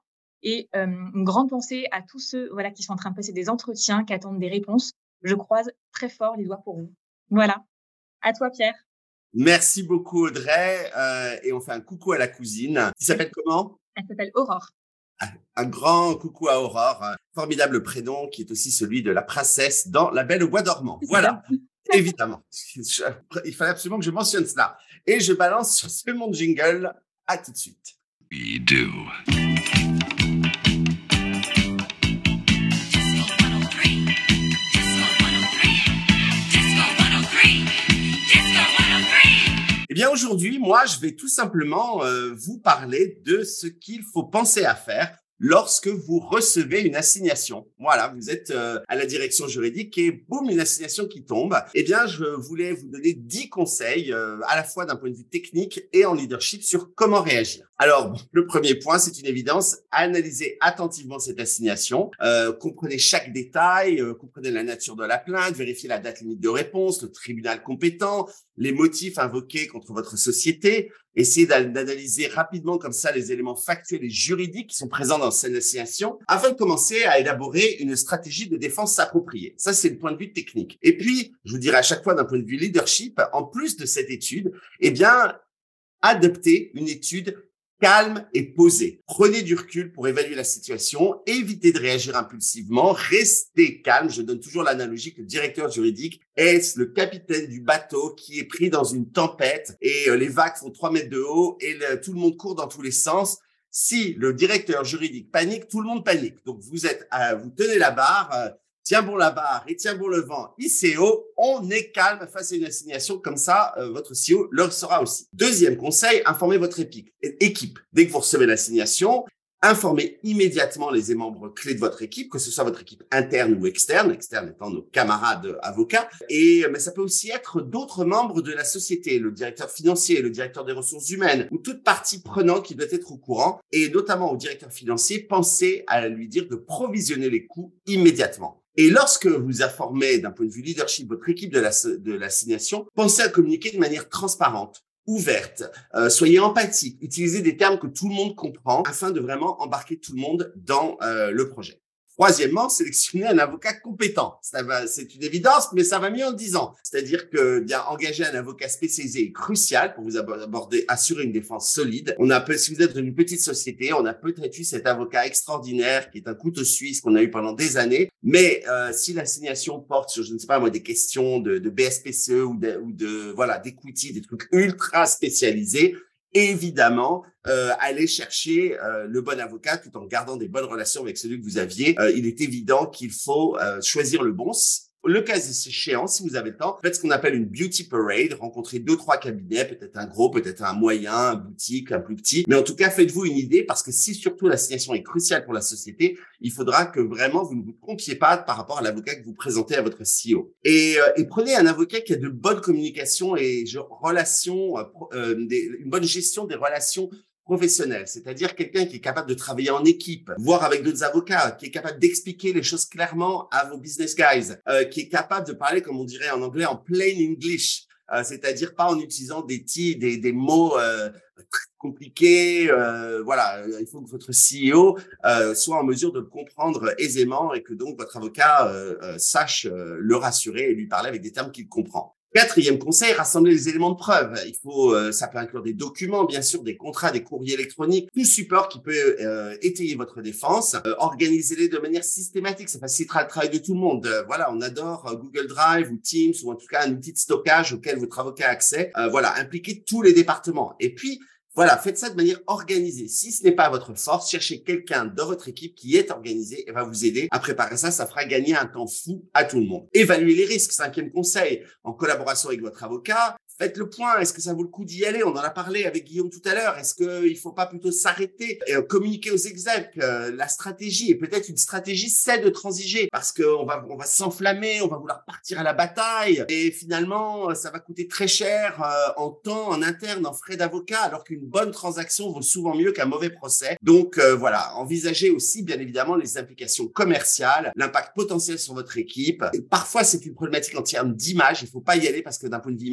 Et une grande pensée à tous ceux qui sont en train de passer des entretiens, qui attendent des réponses. Je croise très fort les doigts pour vous. Voilà. À toi, Pierre. Merci beaucoup, Audrey. Et on fait un coucou à la cousine. Qui s'appelle comment? Elle s'appelle Aurore. Un grand coucou à Aurore, un formidable prénom qui est aussi celui de la princesse dans La Belle au Bois dormant. Voilà, évidemment. Il fallait absolument que je mentionne cela. Et je balance sur ce mon jingle. À tout de suite. We do. Eh bien, aujourd'hui, moi, je vais tout simplement vous parler de ce qu'il faut penser à faire lorsque vous recevez une assignation. Voilà, vous êtes à la direction juridique et boum, une assignation qui tombe. Eh bien, je voulais vous donner 10 conseils à la fois d'un point de vue technique et en leadership sur comment réagir. Alors, le premier point, c'est une évidence, analysez attentivement cette assignation, comprenez chaque détail, comprenez la nature de la plainte, vérifiez la date limite de réponse, le tribunal compétent, les motifs invoqués contre votre société. Essayez d'analyser rapidement comme ça les éléments factuels et juridiques qui sont présents dans cette assignation afin de commencer à élaborer une stratégie de défense appropriée. Ça, c'est le point de vue technique. Et puis, je vous dirai à chaque fois d'un point de vue leadership, en plus de cette étude, eh bien, adoptez une étude calme et posé. Prenez du recul pour évaluer la situation, évitez de réagir impulsivement, restez calme. Je donne toujours l'analogie que le directeur juridique est le capitaine du bateau qui est pris dans une tempête et les vagues font 3 mètres de haut et tout le monde court dans tous les sens. Si le directeur juridique panique, tout le monde panique. Donc, vous tenez la barre, tiens bon la barre et tiens bon le vent, ICO, on est calme face à une assignation comme ça, votre CEO le sera aussi. Deuxième conseil, informez votre équipe. Dès que vous recevez l'assignation, informez immédiatement les membres clés de votre équipe, que ce soit votre équipe interne ou externe étant nos camarades avocats. Mais ça peut aussi être d'autres membres de la société, le directeur financier, le directeur des ressources humaines ou toute partie prenante qui doit être au courant. Et notamment au directeur financier, pensez à lui dire de provisionner les coûts immédiatement. Et lorsque vous informez d'un point de vue leadership votre équipe de l'assignation, pensez à communiquer de manière transparente, ouverte, soyez empathique, utilisez des termes que tout le monde comprend afin de vraiment embarquer tout le monde dans le projet. Troisièmement, sélectionnez un avocat compétent. C'est une évidence, mais ça va mieux en le disant. C'est-à-dire que bien engager un avocat spécialisé est crucial pour vous assurer une défense solide. Si vous êtes dans une petite société, on a peut-être eu cet avocat extraordinaire qui est un couteau suisse qu'on a eu pendant des années. Mais si l'assignation porte sur, je ne sais pas moi, des questions de BSPCE ou d'equity, des trucs ultra spécialisés, évidemment, aller chercher le bon avocat tout en gardant des bonnes relations avec celui que vous aviez. Il est évident qu'il faut choisir le bon. Le cas échéant, si vous avez le temps, faites ce qu'on appelle une beauty parade, rencontrez 2-3 cabinets, peut-être un gros, peut-être un moyen, un boutique, un plus petit. Mais en tout cas, faites-vous une idée parce que si surtout l'assignation est cruciale pour la société, il faudra que vraiment vous ne vous trompiez pas par rapport à l'avocat que vous présentez à votre CEO. Et prenez un avocat qui a de bonnes communications et une bonne gestion des relations professionnel, c'est-à-dire quelqu'un qui est capable de travailler en équipe, voire avec d'autres avocats, qui est capable d'expliquer les choses clairement à vos business guys, qui est capable de parler, comme on dirait en anglais, en plain English, c'est-à-dire pas en utilisant des mots très compliqués. Il faut que votre CEO soit en mesure de le comprendre aisément et que donc votre avocat sache le rassurer et lui parler avec des termes qu'il comprend. Quatrième conseil, rassembler les éléments de preuve. Ça peut inclure des documents, bien sûr, des contrats, des courriers électroniques, tout support qui peut étayer votre défense. Organisez-les de manière systématique, ça facilitera le travail de tout le monde. On adore Google Drive ou Teams ou en tout cas un outil de stockage auquel votre avocat a accès. Impliquez tous les départements. Et puis, faites ça de manière organisée. Si ce n'est pas votre force, cherchez quelqu'un dans votre équipe qui est organisé et va vous aider à préparer ça. Ça fera gagner un temps fou à tout le monde. Évaluez les risques. 5e conseil, en collaboration avec votre avocat. Faites le point. Est-ce que ça vaut le coup d'y aller? On en a parlé avec Guillaume tout à l'heure. Est-ce qu'il faut pas plutôt s'arrêter et communiquer aux execs la stratégie? Et peut-être une stratégie, c'est de transiger parce qu'on va s'enflammer, on va vouloir partir à la bataille et finalement, ça va coûter très cher en temps, en interne, en frais d'avocat, alors qu'une bonne transaction vaut souvent mieux qu'un mauvais procès. Donc, envisagez aussi, bien évidemment, les implications commerciales, l'impact potentiel sur votre équipe. Et parfois, c'est une problématique en termes d'image. Il faut pas y aller parce que d'un point de vue image, ça va être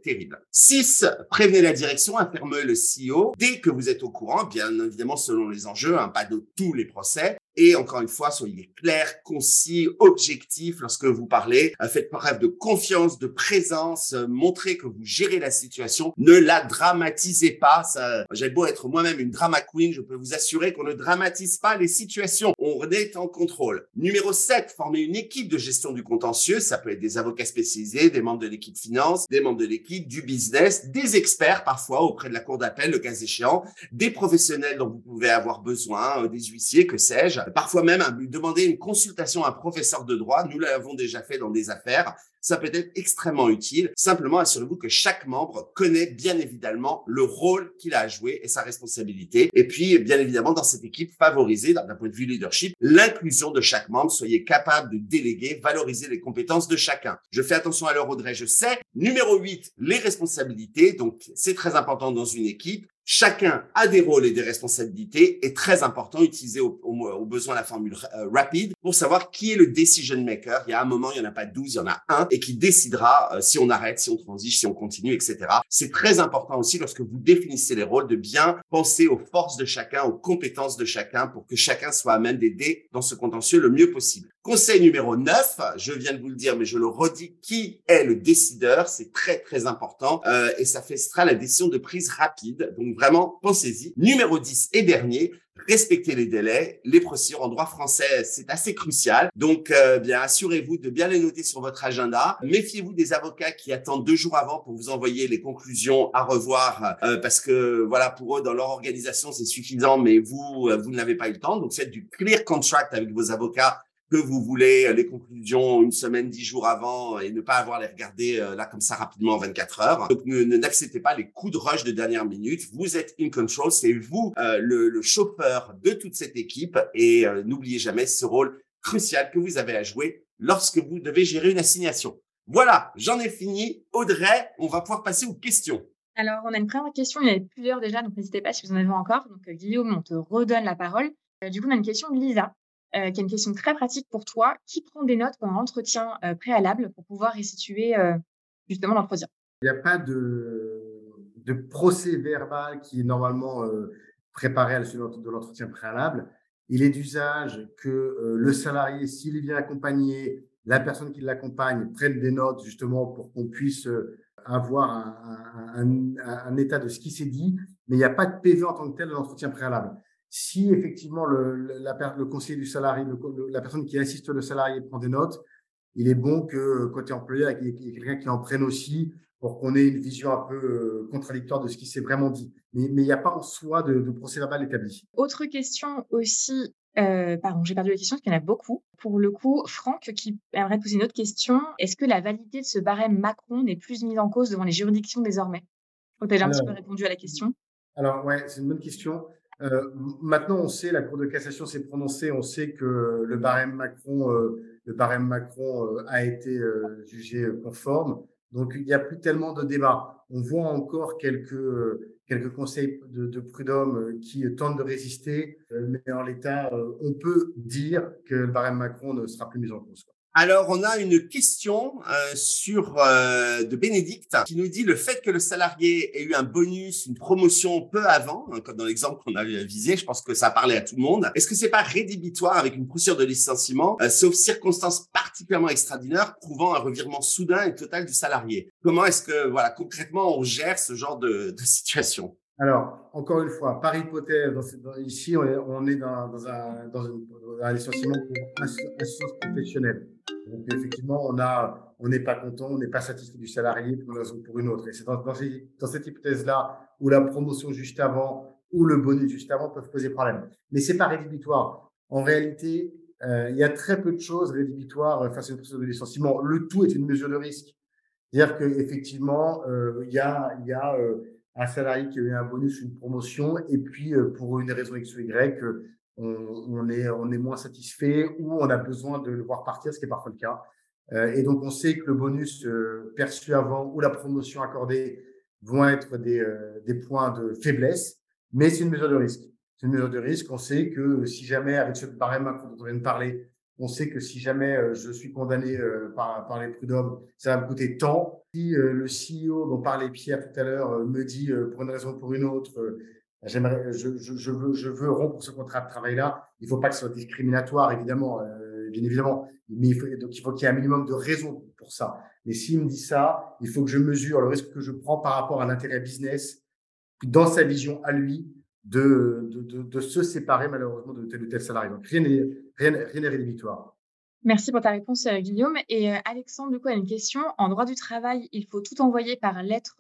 terrible. 6, prévenez la direction, informez le CEO dès que vous êtes au courant, bien évidemment selon les enjeux, pas de tous les procès. Et encore une fois, soyez clair, concis, objectif lorsque vous parlez. Faites preuve de confiance, de présence. Montrez que vous gérez la situation. Ne la dramatisez pas. J'ai beau être moi-même une drama queen, je peux vous assurer qu'on ne dramatise pas les situations. On est en contrôle. Numéro 7, formez une équipe de gestion du contentieux. Ça peut être des avocats spécialisés, des membres de l'équipe finance, des membres de l'équipe du business, des experts parfois auprès de la cour d'appel, le cas échéant, des professionnels dont vous pouvez avoir besoin, des huissiers, que sais-je. Parfois même, demander une consultation à un professeur de droit. Nous l'avons déjà fait dans des affaires. Ça peut être extrêmement utile. Simplement, assurez-vous que chaque membre connaît bien évidemment le rôle qu'il a à jouer et sa responsabilité. Et puis, bien évidemment, dans cette équipe, favorisez, d'un point de vue leadership, l'inclusion de chaque membre. Soyez capable de déléguer, valoriser les compétences de chacun. Je fais attention à l'heure, Audrey, je sais. Numéro 8, les responsabilités. Donc, c'est très important dans une équipe. Chacun a des rôles et des responsabilités et très important, utiliser au besoin la formule rapide pour savoir qui est le decision maker. Il y a un moment, il n'y en a pas 12, il y en a un et qui décidera si on arrête, si on transige, si on continue, etc. C'est très important aussi lorsque vous définissez les rôles de bien penser aux forces de chacun, aux compétences de chacun pour que chacun soit à même d'aider dans ce contentieux le mieux possible. Conseil numéro 9, je viens de vous le dire, mais je le redis, qui est le décideur? C'est très, très important et ça fera la décision de prise rapide. Donc, vraiment, pensez-y. Numéro 10 et dernier, respectez les délais. Les procédures en droit français, c'est assez crucial. Donc, bien, assurez-vous de bien les noter sur votre agenda. Méfiez-vous des avocats qui attendent 2 jours avant pour vous envoyer les conclusions à revoir parce que, voilà, pour eux, dans leur organisation, c'est suffisant, mais vous n'avez pas eu le temps. Donc, faites du clear contract avec vos avocats que vous voulez les conclusions 1 semaine, 10 jours avant et ne pas avoir les regarder là comme ça rapidement en 24 heures. Donc, n'acceptez pas les coups de rush de dernière minute. Vous êtes in control. C'est vous le chauffeur de toute cette équipe et n'oubliez jamais ce rôle crucial que vous avez à jouer lorsque vous devez gérer une assignation. Voilà, j'en ai fini. Audrey, on va pouvoir passer aux questions. Alors, on a une première question. Il y en a plusieurs déjà, donc n'hésitez pas si vous en avez encore. Donc, Guillaume, on te redonne la parole. Du coup, on a une question de Lisa. Qui est une question très pratique pour toi. Qui prend des notes pendant l'entretien préalable pour pouvoir restituer justement l'entretien? Il n'y a pas de procès verbal qui est normalement préparé à la suite de l'entretien préalable. Il est d'usage que le salarié, s'il vient accompagner, la personne qui l'accompagne prenne des notes justement pour qu'on puisse avoir un état de ce qui s'est dit, mais il n'y a pas de PV en tant que tel de l'entretien préalable. Si effectivement le conseiller du salarié, la personne qui assiste le salarié prend des notes, il est bon que côté employeur, il y ait quelqu'un qui en prenne aussi pour qu'on ait une vision un peu contradictoire de ce qui s'est vraiment dit. Mais il n'y a pas en soi de procès verbal établi. Autre question aussi, pardon, j'ai perdu la question parce qu'il y en a beaucoup. Pour le coup, Franck qui aimerait poser une autre question. Est-ce que la validité de ce barème Macron n'est plus mise en cause devant les juridictions désormais? Tu as déjà un petit peu répondu à la question. Alors, ouais, c'est une bonne question. Maintenant, on sait, la Cour de cassation s'est prononcée, on sait que le barème Macron a été jugé conforme. Donc, il n'y a plus tellement de débat. On voit encore quelques conseils de prud'homme qui tentent de résister, mais en l'état, on peut dire que le barème Macron ne sera plus mis en cause, quoi. Alors, on a une question de Bénédicte qui nous dit le fait que le salarié ait eu un bonus, une promotion peu avant, comme dans l'exemple qu'on a visé, je pense que ça a parlé à tout le monde. Est-ce que c'est pas rédhibitoire avec une procédure de licenciement, sauf circonstances particulièrement extraordinaires prouvant un revirement soudain et total du salarié? Comment est-ce que, voilà, concrètement, on gère ce genre de situation? Alors, encore une fois, par hypothèse, ici, on est dans un licenciement pour assistance professionnelle. Donc, effectivement, on n'est pas content, on n'est pas satisfait du salarié pour une raison ou pour une autre. Et c'est dans cette hypothèse-là où la promotion juste avant ou le bonus juste avant peuvent poser problème. Mais c'est pas rédhibitoire. En réalité, il y a très peu de choses rédhibitoires face à une procédure de licenciement. Le tout est une mesure de risque. C'est-à-dire qu'effectivement, il y a un salarié qui a eu un bonus, une promotion, et puis pour une raison X ou Y, on est moins satisfait ou on a besoin de le voir partir, ce qui est parfois le cas. Et donc, on sait que le bonus perçu avant ou la promotion accordée vont être des points de faiblesse, mais c'est une mesure de risque. C'est une mesure de risque. On sait que si jamais, avec ce barème dont on vient de parler, On sait que si jamais je suis condamné par les prud'hommes, ça va me coûter tant. Si le CEO dont parlait Pierre tout à l'heure me dit pour une raison ou pour une autre, je veux rompre ce contrat de travail-là, il ne faut pas que ce soit discriminatoire, évidemment, bien évidemment, mais donc il faut qu'il y ait un minimum de raison pour ça. Mais s'il me dit ça, il faut que je mesure le risque que je prends par rapport à l'intérêt business dans sa vision à lui de se séparer malheureusement de tel ou tel salarié. Donc rien n'est rédhibitoire. Merci pour ta réponse, Guillaume. Et Alexandre, du coup, a une question. En droit du travail, il faut tout envoyer par lettre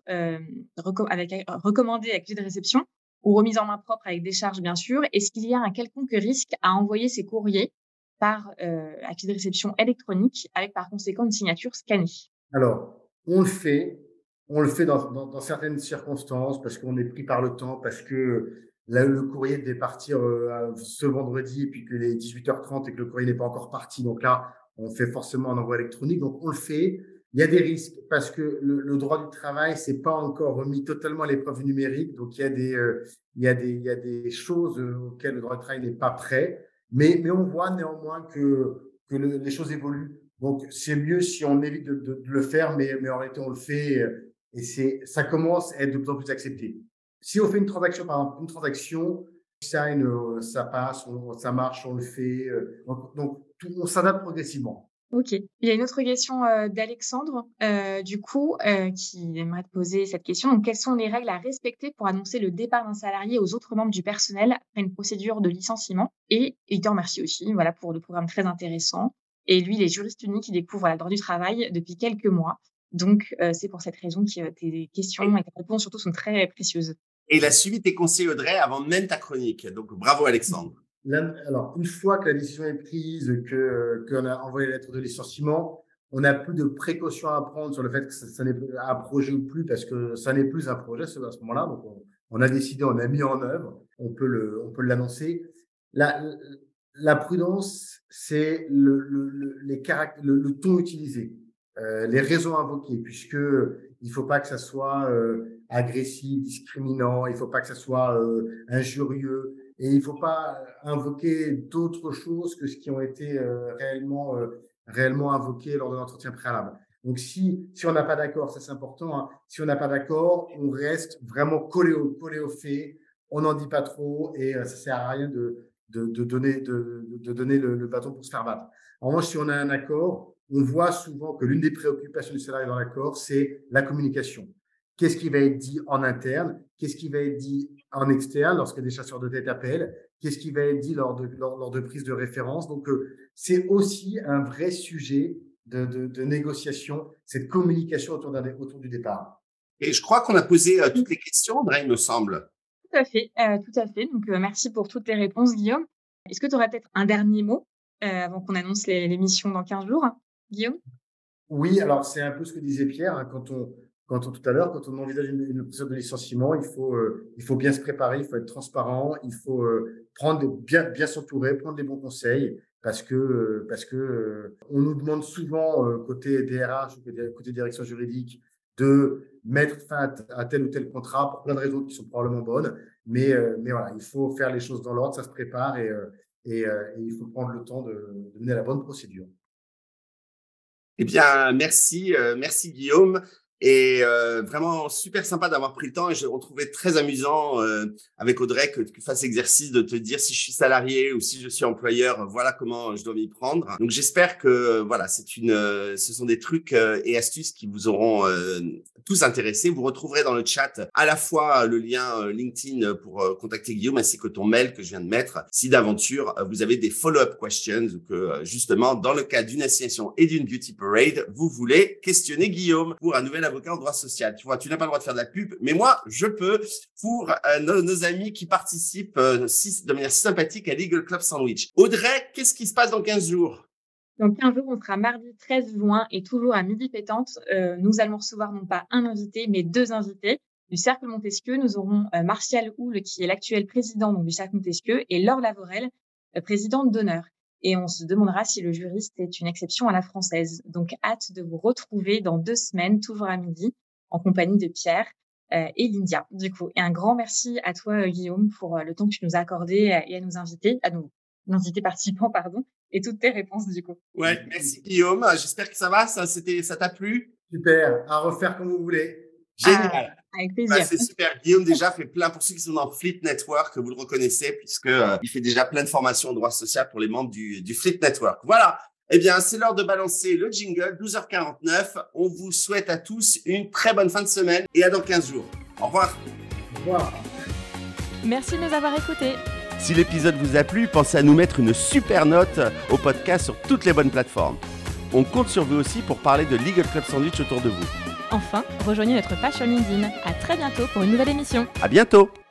recommandée accusé de réception ou remise en main propre avec décharge, bien sûr. Est-ce qu'il y a un quelconque risque à envoyer ces courriers par accusé de réception électronique avec par conséquent une signature scannée? Alors, on le fait dans certaines circonstances parce qu'on est pris par le temps, parce que là, le courrier devait partir ce vendredi et puis qu'il est 18h30 et que le courrier n'est pas encore parti. Donc là, on fait forcément un envoi électronique. Donc, on le fait. Il y a des risques parce que le droit du travail, c'est pas encore remis totalement à l'épreuve numérique. Donc, il y a des choses auxquelles le droit du travail n'est pas prêt. Mais on voit néanmoins que les choses évoluent. Donc, c'est mieux si on évite de le faire, mais en réalité, on le fait et ça commence à être de plus en plus accepté. Si on fait une transaction, par exemple, une transaction, ça passe, ça marche, on le fait. Donc on s'adapte progressivement. Ok. Il y a une autre question d'Alexandre, qui aimerait te poser cette question. Donc, quelles sont les règles à respecter pour annoncer le départ d'un salarié aux autres membres du personnel après une procédure de licenciement? Et il te remercie aussi, voilà, pour le programme très intéressant. Et lui, il est juriste unique, il découvre le droit du travail depuis quelques mois. Donc, c'est pour cette raison que tes questions et tes réponses surtout sont très précieuses. Et il a suivi tes conseils, Audrey, avant même ta chronique. Donc, bravo, Alexandre. Alors, une fois que la décision est prise, qu'on a envoyé la lettre de licenciement, on n'a plus de précautions à prendre sur le fait que ça n'est plus un projet ou plus, parce que ça n'est plus un projet à ce moment-là. Donc, on a décidé, on a mis en œuvre, on peut l'annoncer. La prudence, c'est le ton utilisé, les raisons invoquées, puisque il faut pas que ça soit agressif, discriminant, il faut pas que ça soit injurieux. Et il ne faut pas invoquer d'autres choses que ce qui ont été réellement invoqué lors de l'entretien préalable. Donc, si on n'a pas d'accord, ça c'est important, hein, si on n'a pas d'accord, on reste vraiment collé au fait, on n'en dit pas trop et ça ne sert à rien de donner le bâton pour se faire battre. En revanche, si on a un accord, on voit souvent que l'une des préoccupations du salarié dans l'accord, c'est la communication. Qu'est-ce qui va être dit en interne? Qu'est-ce qui va être dit en externe lorsque des chasseurs de tête appellent? Qu'est-ce qui va être dit lors de prise de référence? Donc, c'est aussi un vrai sujet de négociation, cette communication autour du départ. Et je crois qu'on a posé toutes les questions, Audrey, il me semble. Tout à fait, tout à fait. Donc, merci pour toutes tes réponses, Guillaume. Est-ce que tu aurais peut-être un dernier mot avant qu'on annonce l'émission dans 15 jours, Guillaume? Oui, alors c'est un peu ce que disait Pierre, hein, tout à l'heure, quand on envisage une procédure de licenciement, il faut bien se préparer, il faut être transparent, il faut bien s'entourer, prendre les bons conseils, parce que on nous demande souvent côté DRH ou côté direction juridique de mettre fin à tel ou tel contrat pour plein de raisons qui sont probablement bonnes, mais voilà, il faut faire les choses dans l'ordre, ça se prépare et il faut prendre le temps de mener la bonne procédure. Eh bien, merci Guillaume. Et vraiment super sympa d'avoir pris le temps et on trouvait très amusant avec Audrey que tu fasses l'exercice de te dire si je suis salarié ou si je suis employeur, voilà comment je dois m'y prendre. Donc j'espère que voilà, ce sont des trucs et astuces qui vous auront tous intéressés. Vous retrouverez dans le chat à la fois le lien LinkedIn pour contacter Guillaume ainsi que ton mail que je viens de mettre si d'aventure vous avez des follow-up questions ou que justement dans le cas d'une assignation et d'une beauty parade, vous voulez questionner Guillaume pour un nouvel avocat en droit social. Tu vois, tu n'as pas le droit de faire de la pub, mais moi, je peux pour nos amis qui participent de manière sympathique à Legal Club Sandwich. Audrey, qu'est-ce qui se passe dans 15 jours? Dans 15 jours, on sera mardi 13 juin et toujours à midi pétante. Nous allons recevoir non pas un invité, mais 2 invités. Du Cercle Montesquieu, nous aurons Martial Houle, qui est l'actuel président du Cercle Montesquieu, et Laure Lavorel, présidente d'honneur. Et on se demandera si le juriste est une exception à la française. Donc, hâte de vous retrouver dans 2 semaines, toujours à midi, en compagnie de Pierre et Lydia, du coup. Et un grand merci à toi, Guillaume, pour le temps que tu nous as accordé et à nos invités, à nos invités participants, pardon. et toutes tes réponses du coup. Ouais, merci Guillaume. J'espère que ça va, ça t'a plu? Super, à refaire comme vous voulez. Génial. Avec plaisir. C'est super. Guillaume déjà fait plein, pour ceux qui sont dans Fleet Network, vous le reconnaissez puisque il fait déjà plein de formations en droit social pour les membres du Fleet Network. Voilà. Eh bien, c'est l'heure de balancer le jingle, 12h49. On vous souhaite à tous une très bonne fin de semaine et à dans 15 jours. Au revoir. Au revoir. Merci de nous avoir écoutés. Si l'épisode vous a plu, pensez à nous mettre une super note au podcast sur toutes les bonnes plateformes. On compte sur vous aussi pour parler de Legal Club Sandwich autour de vous. Enfin, rejoignez notre page sur LinkedIn. À très bientôt pour une nouvelle émission. À bientôt.